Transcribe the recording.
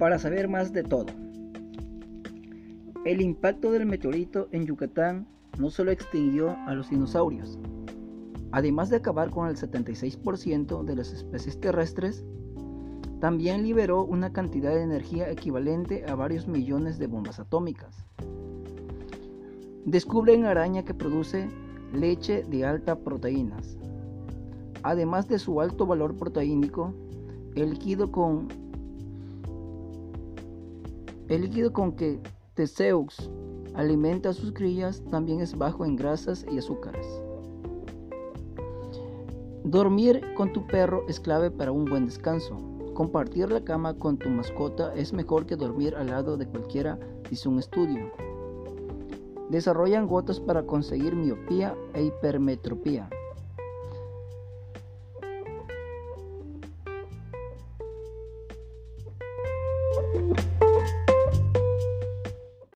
Para saber más de todo, el impacto del meteorito en Yucatán no solo extinguió a los dinosaurios, además de acabar con el 76% de las especies terrestres, también liberó una cantidad de energía equivalente a varios millones de bombas atómicas. Descubren araña que produce leche de altas proteínas. Además de su alto valor proteínico, el líquido con que Teseux alimenta a sus crías también es bajo en grasas y azúcares. Dormir con tu perro es clave para un buen descanso. Compartir la cama con tu mascota es mejor que dormir al lado de cualquiera, dice un estudio. Desarrollan gotas para conseguir miopía e hipermetropía.